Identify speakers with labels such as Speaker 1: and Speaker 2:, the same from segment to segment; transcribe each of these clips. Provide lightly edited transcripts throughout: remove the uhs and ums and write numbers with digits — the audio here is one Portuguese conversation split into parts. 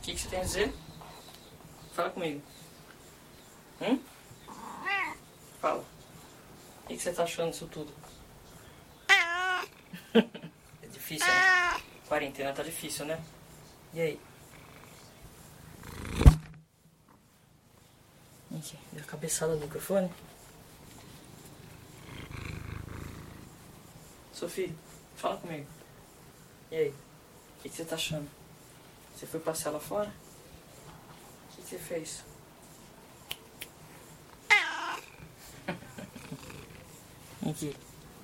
Speaker 1: que você tem a dizer? Fala comigo. Fala. O que você tá achando disso tudo? É difícil, né? Quarentena tá difícil, né? E aí? Aqui, deu a cabeçada no microfone. Sofia, fala comigo. E aí? O que você tá achando? Você foi passear lá fora? O que você fez? Aqui.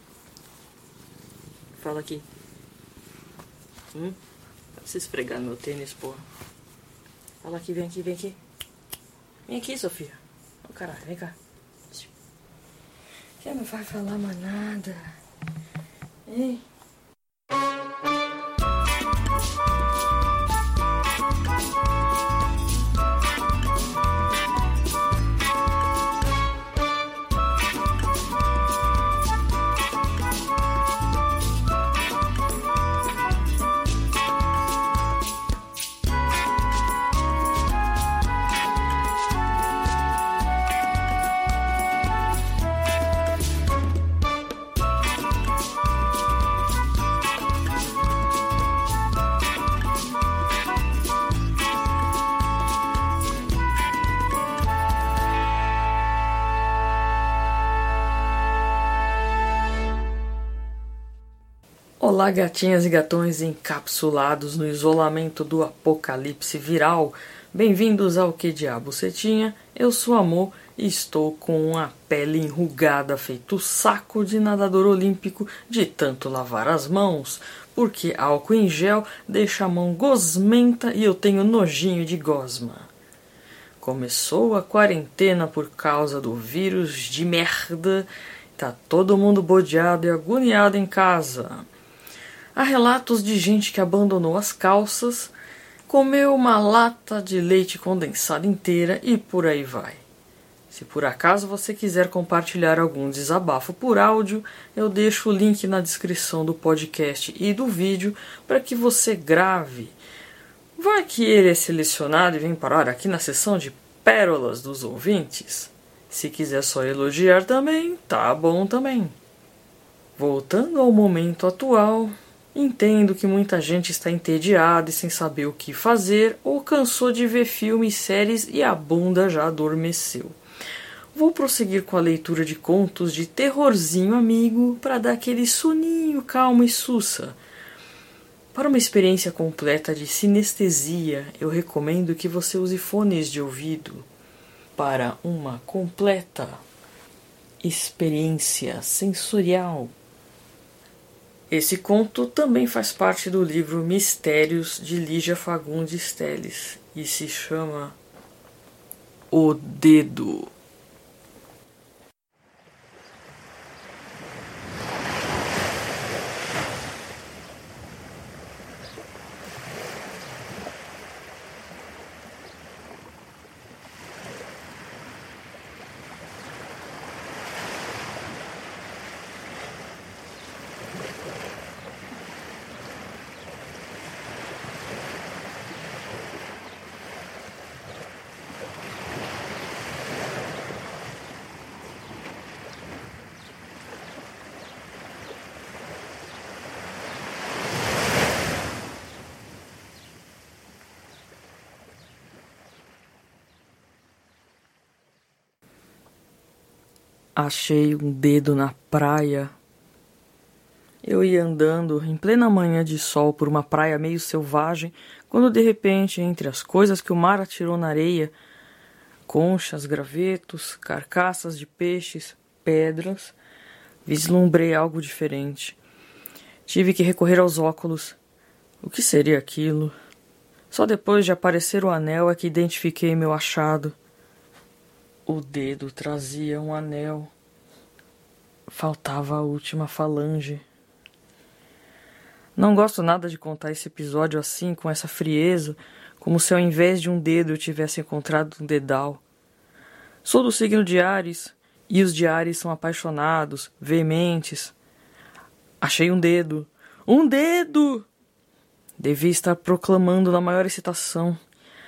Speaker 1: Fala aqui. Pra você esfregar no meu tênis, porra. Fala aqui, vem aqui, vem aqui. Vem aqui, Sofia. Ô, caralho, vem cá. Você não vai falar mais nada. Ei. Olá, gatinhas e gatões encapsulados no isolamento do apocalipse viral. Bem-vindos ao Que Diabo Você Tinha? Eu sou Amor e estou com a pele enrugada feito saco de nadador olímpico de tanto lavar as mãos, porque álcool em gel deixa a mão gosmenta e eu tenho nojinho de gosma. Começou a quarentena por causa do vírus de merda. Tá todo mundo bodeado e agoniado em casa. Há relatos de gente que abandonou as calças, comeu uma lata de leite condensado inteira e por aí vai. Se por acaso você quiser compartilhar algum desabafo por áudio, eu deixo o link na descrição do podcast e do vídeo para que você grave. Vai que ele é selecionado e vem parar aqui na seção de pérolas dos ouvintes. Se quiser só elogiar também, tá bom também. Voltando ao momento atual, entendo que muita gente está entediada e sem saber o que fazer ou cansou de ver filmes, séries e a bunda já adormeceu. Vou prosseguir com a leitura de contos de terrorzinho amigo para dar aquele soninho calmo e sussa. Para uma experiência completa de sinestesia, eu recomendo que você use fones de ouvido. Para uma completa experiência sensorial. Esse conto também faz parte do livro Mistérios de Lígia Fagundes Telles e se chama O Dedo. Achei um dedo na praia. Eu ia andando em plena manhã de sol por uma praia meio selvagem, quando de repente, entre as coisas que o mar atirou na areia, conchas, gravetos, carcaças de peixes, pedras, vislumbrei algo diferente. Tive que recorrer aos óculos. O que seria aquilo? Só depois de aparecer o anel é que identifiquei meu achado. O dedo trazia um anel. Faltava a última falange. Não gosto nada de contar esse episódio assim, com essa frieza, como se ao invés de um dedo eu tivesse encontrado um dedal. Sou do signo de Áries, e os de Áries são apaixonados, veementes. Achei um dedo. Um dedo! Devia estar proclamando na maior excitação.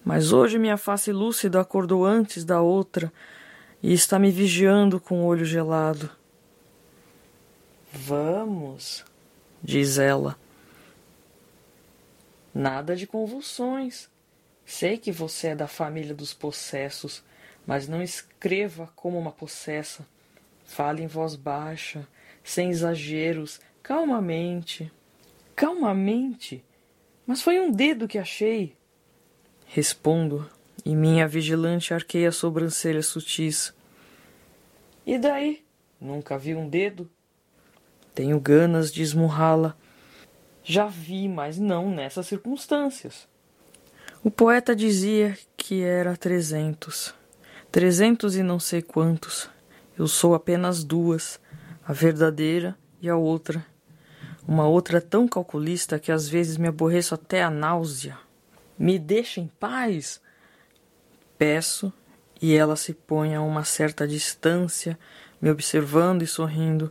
Speaker 1: Mas hoje minha face lúcida acordou antes da outra e está me vigiando com o olho gelado. Vamos, diz ela. Nada de convulsões. Sei que você é da família dos possessos, mas não escreva como uma possessa. Fale em voz baixa, sem exageros, calmamente. Calmamente? Mas foi um dedo que achei. Respondo, e minha vigilante arqueia sobrancelhas sutis. E daí? Nunca vi um dedo? Tenho ganas de esmurrá-la. Já vi, mas não nessas circunstâncias. O poeta dizia que era 300. 300 e não sei quantos. Eu sou apenas duas, a verdadeira e a outra. Uma outra tão calculista que às vezes me aborreço até a náusea. Me deixa em paz? Peço, e ela se põe a uma certa distância, me observando e sorrindo.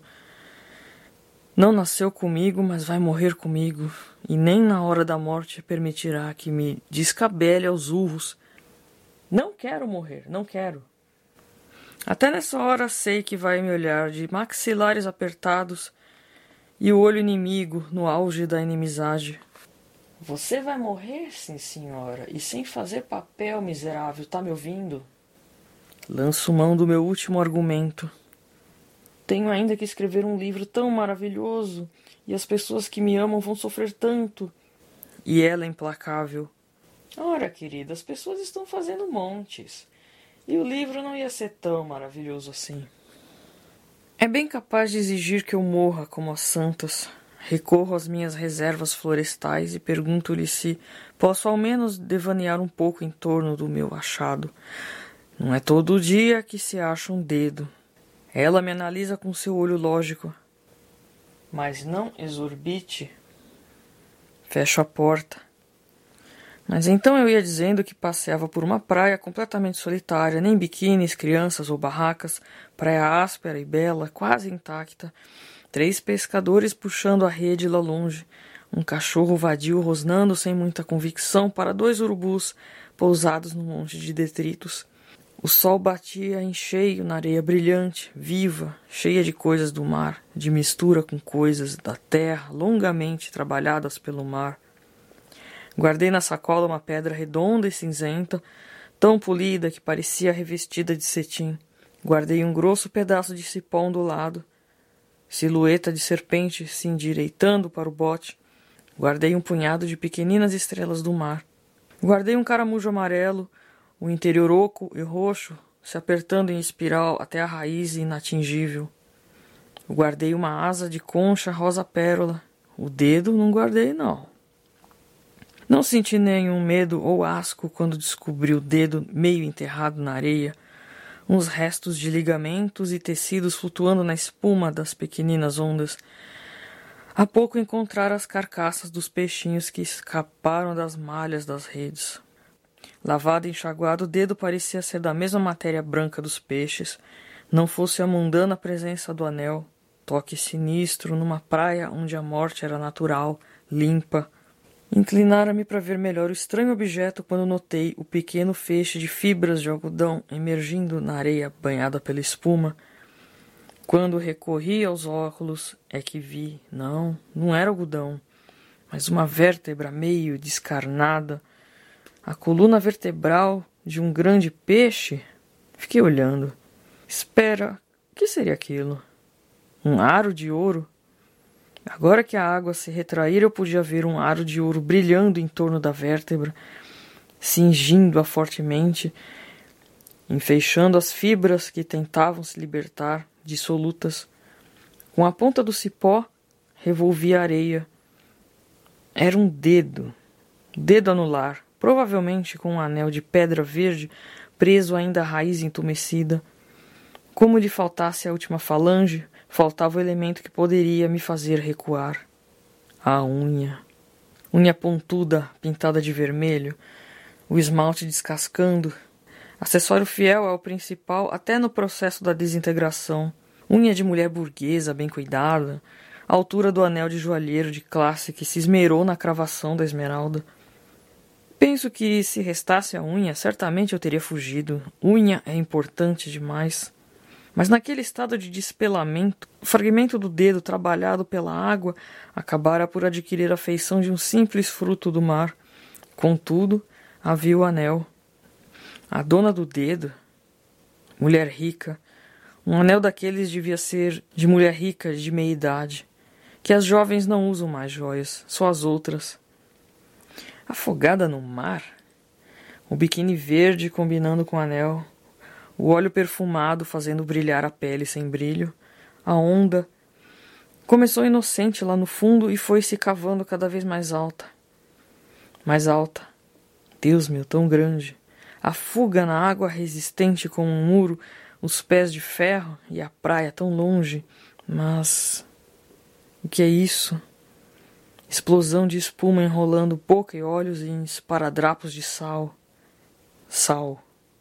Speaker 1: Não nasceu comigo, mas vai morrer comigo, e nem na hora da morte permitirá que me descabele aos urros. Não quero morrer, não quero. Até nessa hora sei que vai me olhar de maxilares apertados e o olho inimigo no auge da inimizade. Você vai morrer, sim, senhora, e sem fazer papel, miserável, tá me ouvindo? Lanço mão do meu último argumento. Tenho ainda que escrever um livro tão maravilhoso, e as pessoas que me amam vão sofrer tanto. E ela é implacável. Ora, querida, as pessoas estão fazendo montes, e o livro não ia ser tão maravilhoso assim. É bem capaz de exigir que eu morra como as santas. Recorro às minhas reservas florestais e pergunto-lhe se posso ao menos devanear um pouco em torno do meu achado. Não é todo dia que se acha um dedo. Ela me analisa com seu olho lógico. Mas não exorbite. Fecho a porta. Mas então eu ia dizendo que passeava por uma praia completamente solitária, nem biquínis, crianças ou barracas, praia áspera e bela, quase intacta, 3 pescadores puxando a rede lá longe, um cachorro vadio rosnando sem muita convicção para 2 urubus pousados num monte de detritos. O sol batia em cheio na areia brilhante, viva, cheia de coisas do mar, de mistura com coisas da terra longamente trabalhadas pelo mar. Guardei na sacola uma pedra redonda e cinzenta, tão polida que parecia revestida de cetim. Guardei um grosso pedaço de cipó ondulado, silhueta de serpente se endireitando para o bote. Guardei um punhado de pequeninas estrelas do mar. Guardei um caramujo amarelo, o interior oco e roxo, se apertando em espiral até a raiz inatingível. Guardei uma asa de concha rosa pérola. O dedo não guardei, não. Não senti nenhum medo ou asco quando descobri o dedo meio enterrado na areia, uns restos de ligamentos e tecidos flutuando na espuma das pequeninas ondas. Há pouco encontrara as carcaças dos peixinhos que escaparam das malhas das redes. Lavado e enxaguado, o dedo parecia ser da mesma matéria branca dos peixes, não fosse a mundana presença do anel, toque sinistro numa praia onde a morte era natural, limpa. Inclinara-me para ver melhor o estranho objeto quando notei o pequeno feixe de fibras de algodão emergindo na areia banhada pela espuma. Quando recorri aos óculos, é que vi, não era algodão, mas uma vértebra meio descarnada, a coluna vertebral de um grande peixe. Fiquei olhando. Espera, o que seria aquilo? Um aro de ouro? Agora que a água se retraíra, eu podia ver um aro de ouro brilhando em torno da vértebra, cingindo-a fortemente, enfeixando as fibras que tentavam se libertar, dissolutas. Com a ponta do cipó, revolvia a areia. Era um dedo anular, provavelmente com um anel de pedra verde preso ainda à raiz entumecida. Como lhe faltasse a última falange, faltava o elemento que poderia me fazer recuar. A unha. Unha pontuda, pintada de vermelho, o esmalte descascando. Acessório fiel ao principal até no processo da desintegração. Unha de mulher burguesa, bem cuidada, à altura do anel de joalheiro de classe que se esmerou na cravação da esmeralda. Penso que se restasse a unha, certamente eu teria fugido. Unha é importante demais. Mas naquele estado de despelamento, o fragmento do dedo trabalhado pela água acabara por adquirir a feição de um simples fruto do mar. Contudo, havia o anel. A dona do dedo, mulher rica, um anel daqueles devia ser de mulher rica de meia idade, que as jovens não usam mais joias, só as outras. Afogada no mar, o biquíni verde combinando com o anel, o óleo perfumado fazendo brilhar a pele sem brilho, a onda começou inocente lá no fundo e foi se cavando cada vez mais alta. Mais alta. Deus meu, tão grande. A fuga na água resistente como um muro, os pés de ferro e a praia tão longe. Mas o que é isso? Explosão de espuma enrolando boca e olhos em esparadrapos de sal. Sal.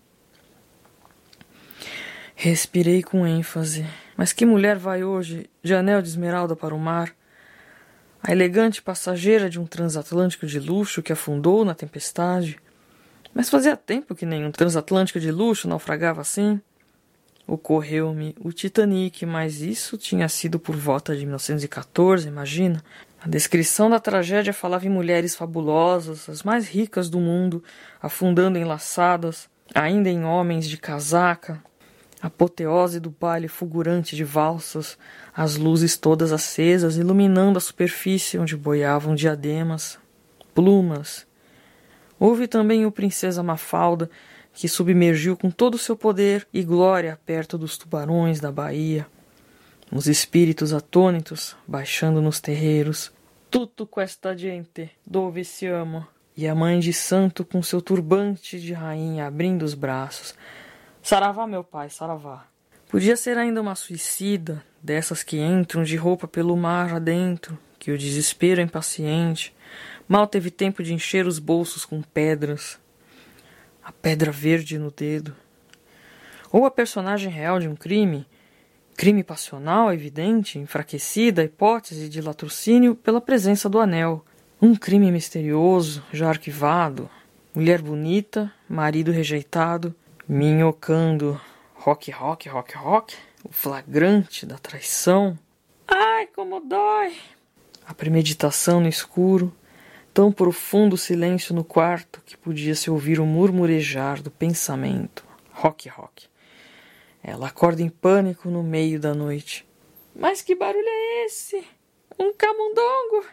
Speaker 1: Respirei com ênfase. Mas que mulher vai hoje de anel de esmeralda para o mar? A elegante passageira de um transatlântico de luxo que afundou na tempestade. Mas fazia tempo que nenhum transatlântico de luxo naufragava assim. Ocorreu-me o Titanic, mas isso tinha sido por volta de 1914, imagina. A descrição da tragédia falava em mulheres fabulosas, as mais ricas do mundo, afundando enlaçadas, ainda em homens de casaca. Apoteose do baile fulgurante de valsas, as luzes todas acesas, iluminando a superfície onde boiavam diademas, plumas. Houve também o Princesa Mafalda, que submergiu com todo o seu poder e glória perto dos tubarões da baía. Os espíritos atônitos, baixando nos terreiros. Tutto questa gente, dove siamo. E a mãe de santo com seu turbante de rainha abrindo os braços. Saravá, meu pai, saravá. Podia ser ainda uma suicida, dessas que entram de roupa pelo mar adentro, que o desespero é impaciente. Mal teve tempo de encher os bolsos com pedras. A pedra verde no dedo. Ou a personagem real de um crime passional, evidente, enfraquecida a hipótese de latrocínio pela presença do anel. Um crime misterioso, já arquivado. Mulher bonita, marido rejeitado, minhocando. Rock, rock, rock, rock. O flagrante da traição. Ai, como dói! A premeditação no escuro. Tão profundo silêncio no quarto que podia-se ouvir o murmurejar do pensamento. Rock, rock. Ela acorda em pânico no meio da noite. Mas que barulho é esse? Um camundongo!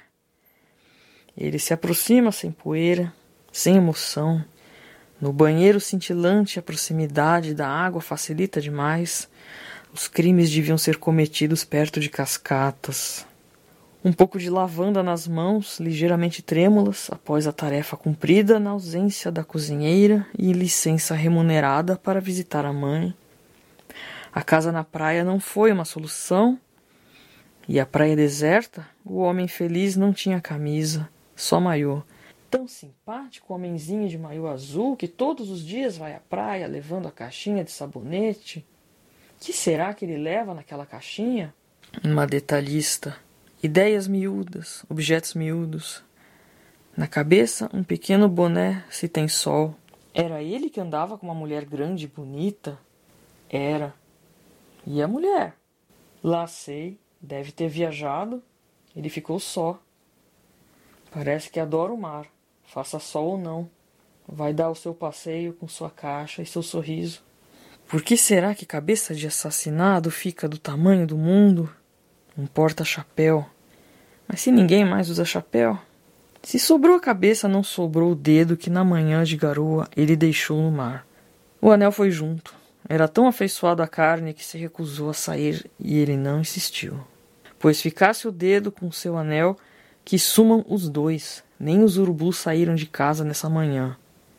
Speaker 1: Ele se aproxima sem poeira, sem emoção. No banheiro cintilante, a proximidade da água facilita demais. Os crimes deviam ser cometidos perto de cascatas. Um pouco de lavanda nas mãos, ligeiramente trêmulas, após a tarefa cumprida na ausência da cozinheira e licença remunerada para visitar a mãe. A casa na praia não foi uma solução. E a praia deserta, o homem feliz não tinha camisa, só maiô. Tão simpático, homenzinho de maiô azul, que todos os dias vai à praia levando a caixinha de sabonete. Que será que ele leva naquela caixinha? Uma detalhista. Ideias miúdas, objetos miúdos. Na cabeça, um pequeno boné se tem sol. Era ele que andava com uma mulher grande e bonita? Era. E a mulher? Lá sei, deve ter viajado. Ele ficou só. Parece que adora o mar, faça sol ou não. Vai dar o seu passeio com sua caixa e seu sorriso. Por que será que cabeça de assassinado fica do tamanho do mundo? Um porta-chapéu. Mas se ninguém mais usa chapéu? Se sobrou a cabeça, não sobrou o dedo que na manhã de garoa ele deixou no mar. O anel foi junto. Era tão afeiçoado à carne que se recusou a sair e ele não insistiu. Pois ficasse o dedo com seu anel, que sumam os dois. Nem os urubus saíram de casa nessa manhã.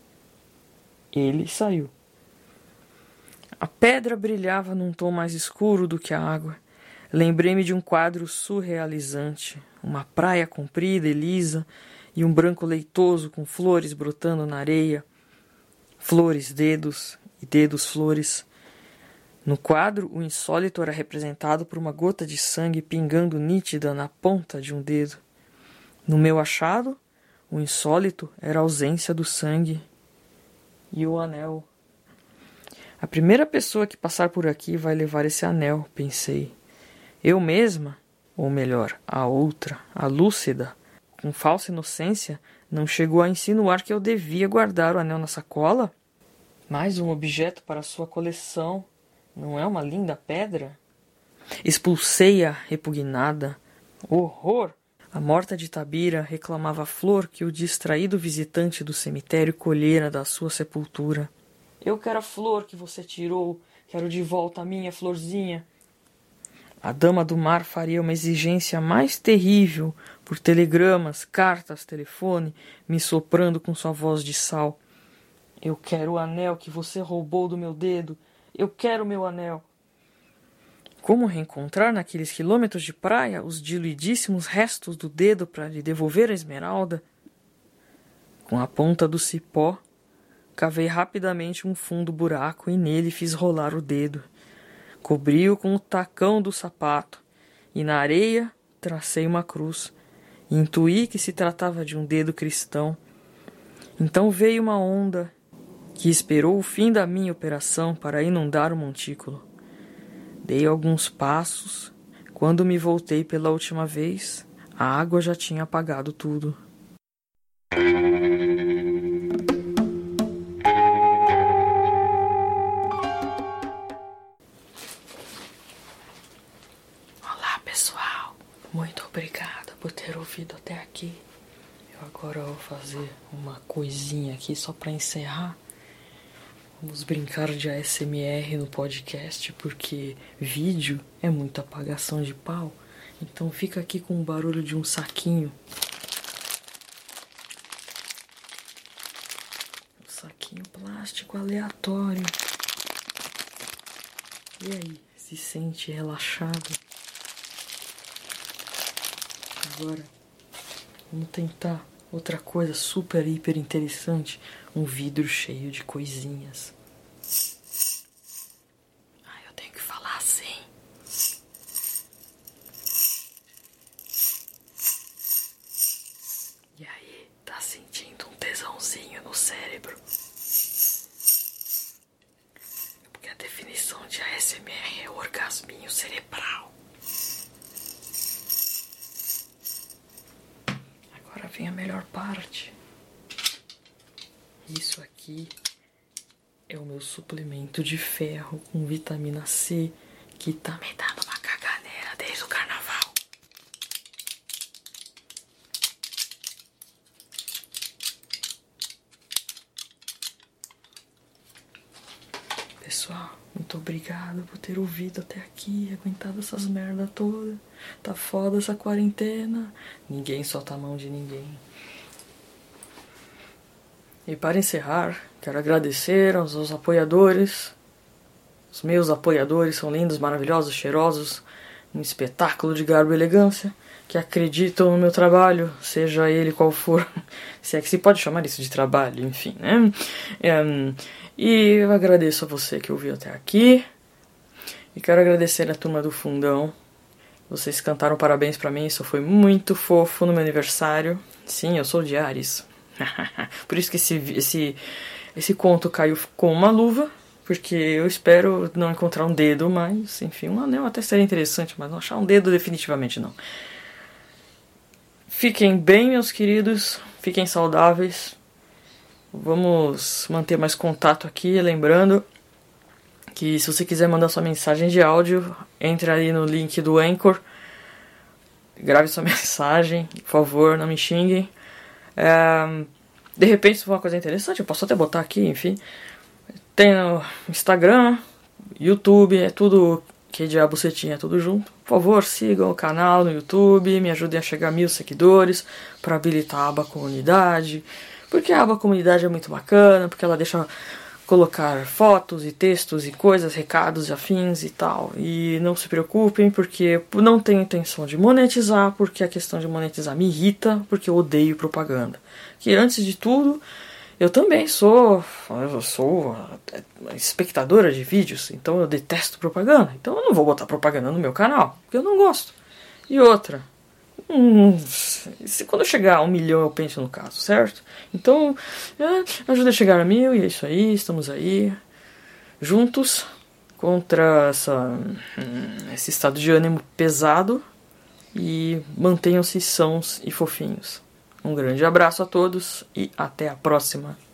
Speaker 1: Ele saiu. A pedra brilhava num tom mais escuro do que a água. Lembrei-me de um quadro surrealizante, uma praia comprida e lisa e um branco leitoso com flores brotando na areia. Flores, dedos e dedos, flores. No quadro, o insólito era representado por uma gota de sangue pingando nítida na ponta de um dedo. No meu achado, O insólito era a ausência do sangue e o anel. A primeira pessoa que passar por aqui vai levar esse anel, pensei. Eu mesma, ou melhor, a outra, a lúcida, com falsa inocência, não chegou a insinuar que eu devia guardar o anel na sacola? Mais um objeto para sua coleção. Não é uma linda pedra? Expulsei-a, repugnada. Horror! A morta de Tabira reclamava a flor que o distraído visitante do cemitério colhera da sua sepultura. Eu quero a flor que você tirou. Quero de volta a minha florzinha. A dama do mar faria uma exigência mais terrível por telegramas, cartas, telefone, me soprando com sua voz de sal. Eu quero o anel que você roubou do meu dedo. Eu quero o meu anel. Como reencontrar naqueles quilômetros de praia os diluidíssimos restos do dedo para lhe devolver a esmeralda? Com a ponta do cipó, cavei rapidamente um fundo buraco e nele fiz rolar o dedo. Cobri-o com o tacão do sapato e na areia tracei uma cruz. Intuí que se tratava de um dedo cristão. Então veio uma onda que esperou o fim da minha operação para inundar o montículo. Dei alguns passos. Quando me voltei pela última vez, a água já tinha apagado tudo. Olá, pessoal. Muito obrigada por ter ouvido até aqui. Eu agora vou fazer uma coisinha aqui só para encerrar. Vamos brincar de ASMR no podcast, porque vídeo é muita apagação de pau. Então fica aqui com o barulho de um saquinho. Um saquinho plástico aleatório. E aí, se sente relaxado? Agora, vamos tentar outra coisa super, hiper interessante. Um vidro cheio de coisinhas. Eu tenho que falar assim. E aí, tá sentindo um tesãozinho no cérebro? Porque a definição de ASMR é o orgasminho cerebral. Agora vem a melhor parte. Isso aqui é o meu suplemento de ferro com vitamina C, que tá me dando uma caganeira desde o carnaval. Pessoal, muito obrigado por ter ouvido até aqui, aguentado essas merda toda. Tá foda essa quarentena. Ninguém solta a mão de ninguém. E para encerrar, quero agradecer aos apoiadores. Os meus apoiadores são lindos, maravilhosos, cheirosos, um espetáculo de garbo e elegância, que acreditam no meu trabalho, seja ele qual for, se é que se pode chamar isso de trabalho, enfim, né? E eu agradeço a você que ouviu até aqui, e quero agradecer a turma do Fundão. Vocês cantaram parabéns pra mim, isso foi muito fofo no meu aniversário. Sim, eu sou de Ares. Por isso que esse conto caiu com uma luva, porque eu espero não encontrar um dedo, mas enfim, um anel até seria interessante, mas não achar um dedo definitivamente não. Fiquem bem, meus queridos, fiquem saudáveis. Vamos manter mais contato aqui, lembrando que se você quiser mandar sua mensagem de áudio, entre ali no link do Anchor, grave sua mensagem, por favor, não me xinguem. De repente, se for uma coisa interessante, eu posso até botar aqui, enfim. Tem no Instagram, YouTube, é tudo que Diabo Cetinha, é tudo junto. Por favor, sigam o canal no YouTube, me ajudem a chegar a 1000 seguidores, para habilitar a aba comunidade. Porque a aba comunidade é muito bacana, porque ela deixa colocar fotos e textos e coisas, recados e afins e tal. E não se preocupem, porque não tenho intenção de monetizar, porque a questão de monetizar me irrita, porque eu odeio propaganda. Que antes de tudo, eu também sou espectadora de vídeos, então eu detesto propaganda. Então eu não vou botar propaganda no meu canal, porque eu não gosto. E outra, Quando eu chegar a 1 milhão eu penso no caso, certo? Então, ajuda a chegar a 1.000 e é isso aí, estamos aí, juntos, contra esse estado de ânimo pesado, e mantenham-se sãos e fofinhos. Um grande abraço a todos e até a próxima.